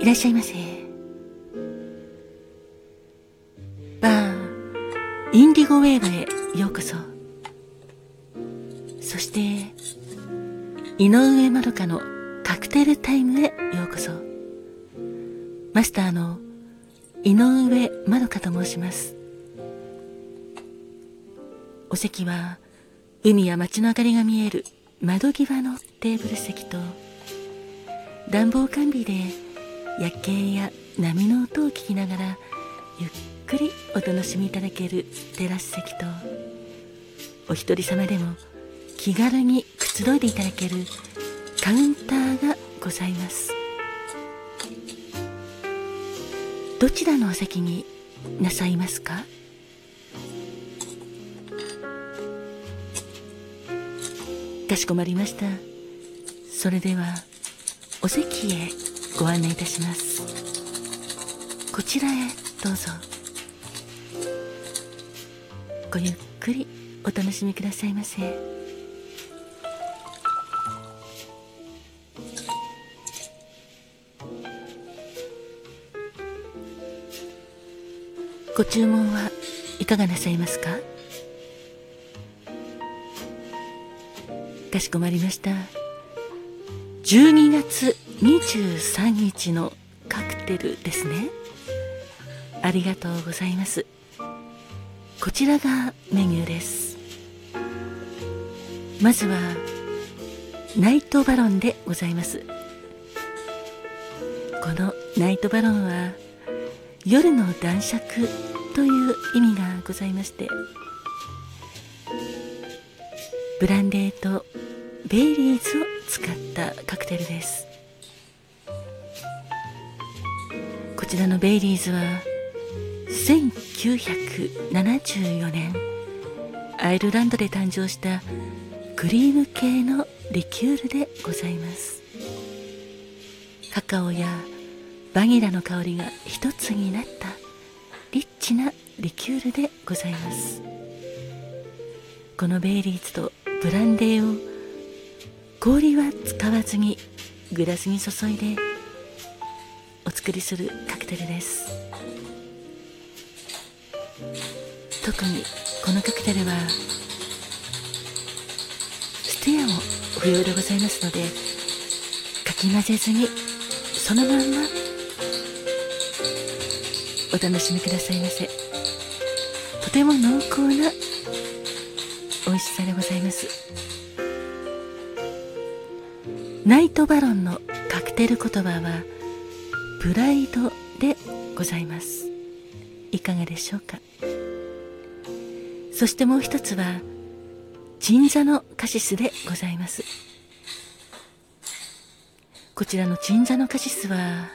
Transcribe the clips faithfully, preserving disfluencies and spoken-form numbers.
らっしゃいませ。バーインディゴウェーブへようこそ。そして井上まどかのカクテルタイムへようこそ。マスターの井上まどかと申します。お席は海や街の明かりが見える窓際のテーブル席と、暖房完備で夜景や波の音を聞きながらゆっくりお楽しみいただけるテラス席と、お一人様でも気軽にくつろいでいただけるカウンターがございます。どちらのお席になさいますか？かしこまりました。それではお席へご案内いたします。こちらへどうぞ。ごゆっくりお楽しみくださいませ。ご注文はいかがなさいますか？かしこまりました。じゅうにがつにじゅうさんにちのカクテルですね。ありがとうございます。こちらがメニューです。まずはナイトバロンでございます。このナイトバロンは夜の男爵という意味がございまして、ブランデーとベイリーズを使ったカクテルです。こちらのベイリーズはせんきゅうひゃくななじゅうよねんアイルランドで誕生したクリーム系のリキュールでございます。カカオやバニラの香りが一つになったリッチなリキュールでございます。このベイリーズとブランデーを氷は使わずにグラスに注いでお作りするカクテルです。特にこのカクテルはステアも不要でございますので、かき混ぜずにそのまんまお楽しみくださいませ。とても濃厚な美味しさでございます。ナイトバロンのカクテル言葉はプライドでございます。いかがでしょうか？そしてもう一つは鎮座のカシスでございます。こちらの鎮座のカシスは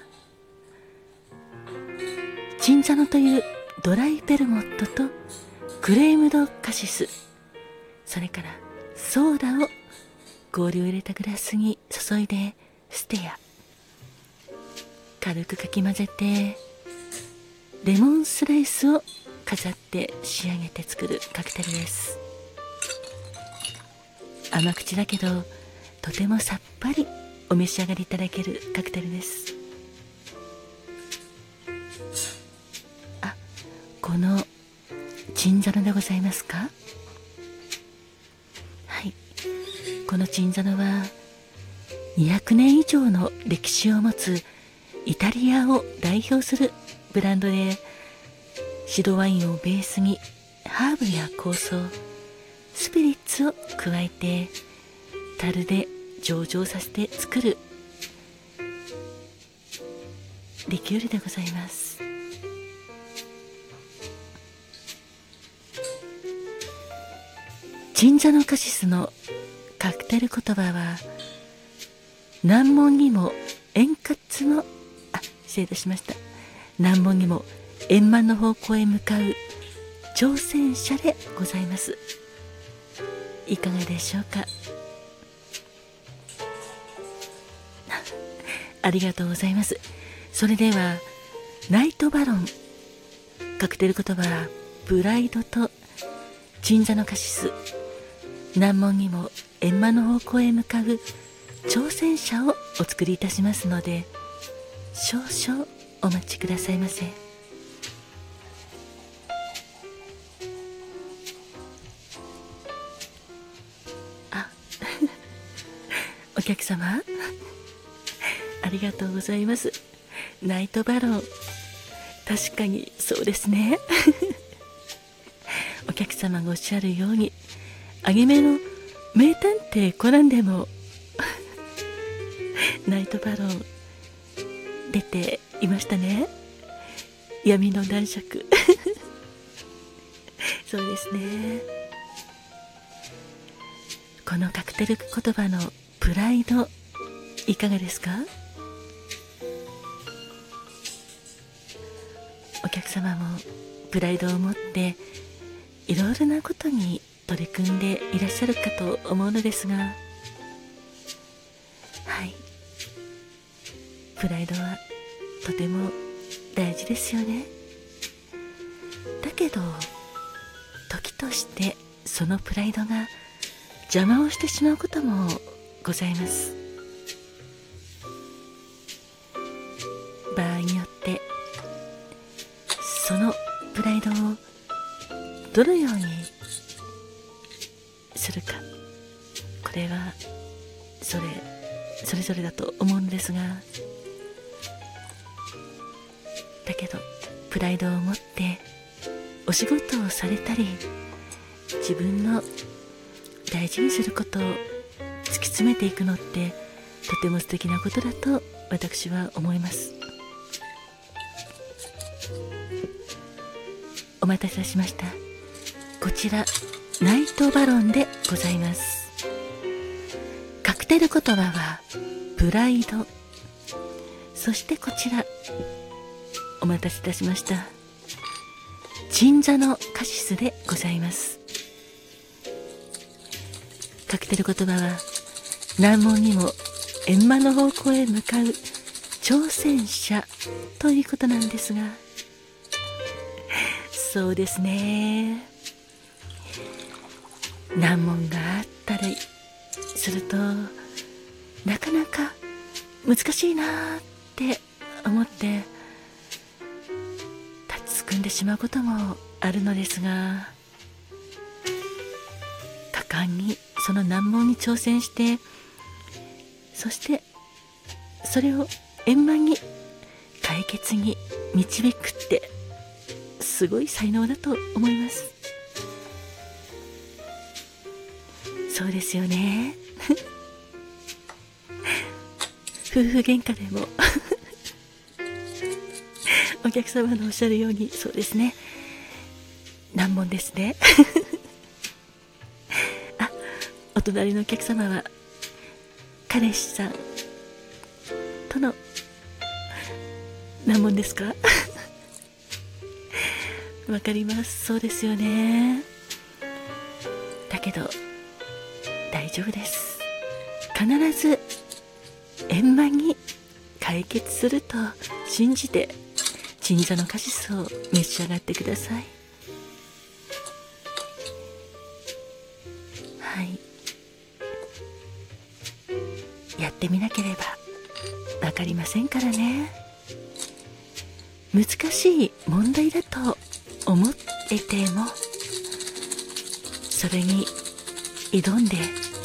鎮座のというドライベルモットとクレームドカシス、それからソーダを氷を入れたグラスに注いでステア、軽くかき混ぜてレモンスライスを飾って仕上げて作るカクテルです。甘口だけどとてもさっぱりお召し上がりいただけるカクテルです。あ、このチンザノでございますか？はい、このチンザノはにひゃくねん以上の歴史を持つイタリアを代表するブランドで、白ワインをベースにハーブや香草、スピリッツを加えて樽で醸造させて作るリキュールでございます。鎮座のカシスのカクテル言葉は難問にも円滑のあ失礼いたしました難問にも円満の方向へ向かう挑戦者でございます。いかがでしょうか？ありがとうございます。それではナイトバロン、カクテル言葉はプライドと鎮座のカシス、難問にも円満の方向へ向かう挑戦者をお作りいたしますので、 少々お待ちくださいませ。あお客様ありがとうございます。ナイトバロン、確かにそうですねお客様がおっしゃるように、アニメの名探偵コナンでもナイトバロン出ていましたね。闇の男爵そうですね。このカクテル言葉のプライド、いかがですか？お客様もプライドを持っていろいろなことに取り組んでいらっしゃるかと思うのですが、はい、プライドはとても大事ですよね。だけど時としてそのプライドが邪魔をしてしまうこともございます。場合によってそのプライドをどのようにするか、これはそれそれぞれだと思うんですが、だけどプライドを持ってお仕事をされたり、自分の大事にすることを突き詰めていくのってとても素敵なことだと私は思います。お待たせしました。こちらナイトバロンでございます。カクテル言葉はプライド、そしてこちらお待たせいたしました、鎮座のカシスでございます。カクテル言葉は難問にも円満の方向へ向かう挑戦者ということなんですが、そうですね、難問があったりするとなかなか難しいなって思って立ちすくんでしまうこともあるのですが、果敢にその難問に挑戦して、そしてそれを円満に解決に導くってすごい才能だと思います。そうですよね夫婦喧嘩でもお客様のおっしゃるように、そうですね、難問ですねあ、お隣のお客様は彼氏さんとの難問ですかわかります。そうですよね。だけど大丈夫です。必ず円満に解決すると信じて鎮座のカシスを召し上がってください。はい、やってみなければわかりませんからね。難しい問題だと思っててもそれに挑んで、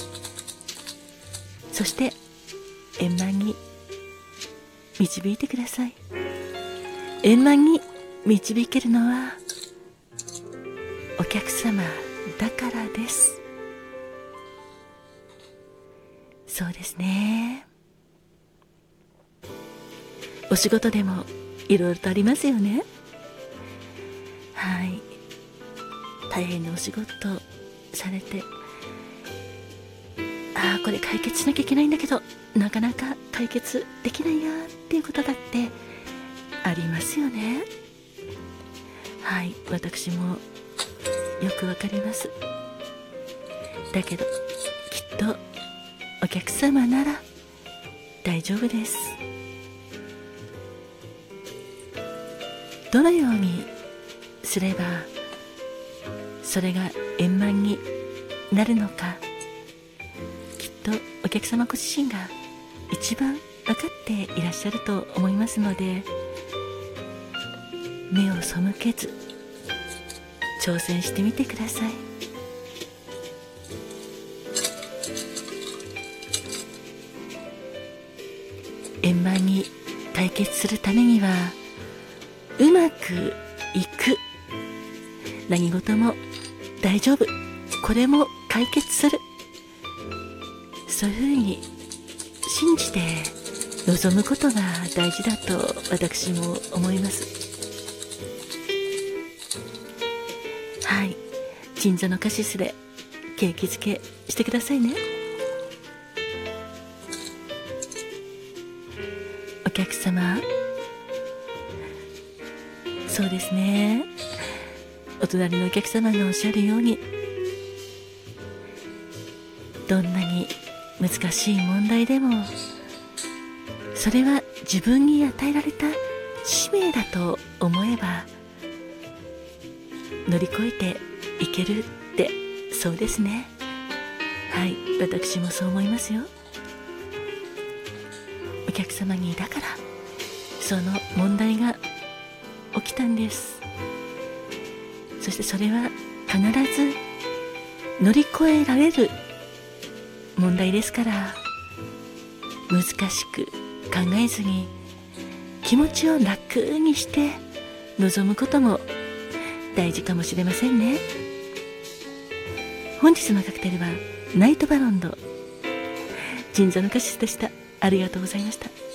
そして円満に導いてください。円満に導けるのはお客様だからです。そうですね。お仕事でもいろいろとありますよね。はい、大変なお仕事されて、ああこれ解決しなきゃいけないんだけどなかなか解決できないやっていうことだってありますよね。はい、私もよくわかります。だけどきっとお客様なら大丈夫です。どのようにすればそれが円満になるのか、きっとお客様ご自身が一番分かっていらっしゃると思いますので、目を背けず挑戦してみてください。円満に解決するためには、うまくいく、何事も大丈夫、これも解決する、そういうふうに信じて臨むことが大事だと私も思います。はい、鎮座のカシスで景気づけしてくださいね。お客様、そうですね、お隣のお客様がおっしゃるように、どんなに難しい問題でも、それは自分に与えられた使命だと思えば乗り越えていけるって、そうですね。はい、私もそう思いますよ。お客様にだからその問題が起きたんです。そしてそれは必ず乗り越えられる問題ですから、難しく考えずに気持ちを楽にして臨むことも大事かもしれませんね。本日のカクテルはナイトバロンド鎮座のカシスでした。ありがとうございました。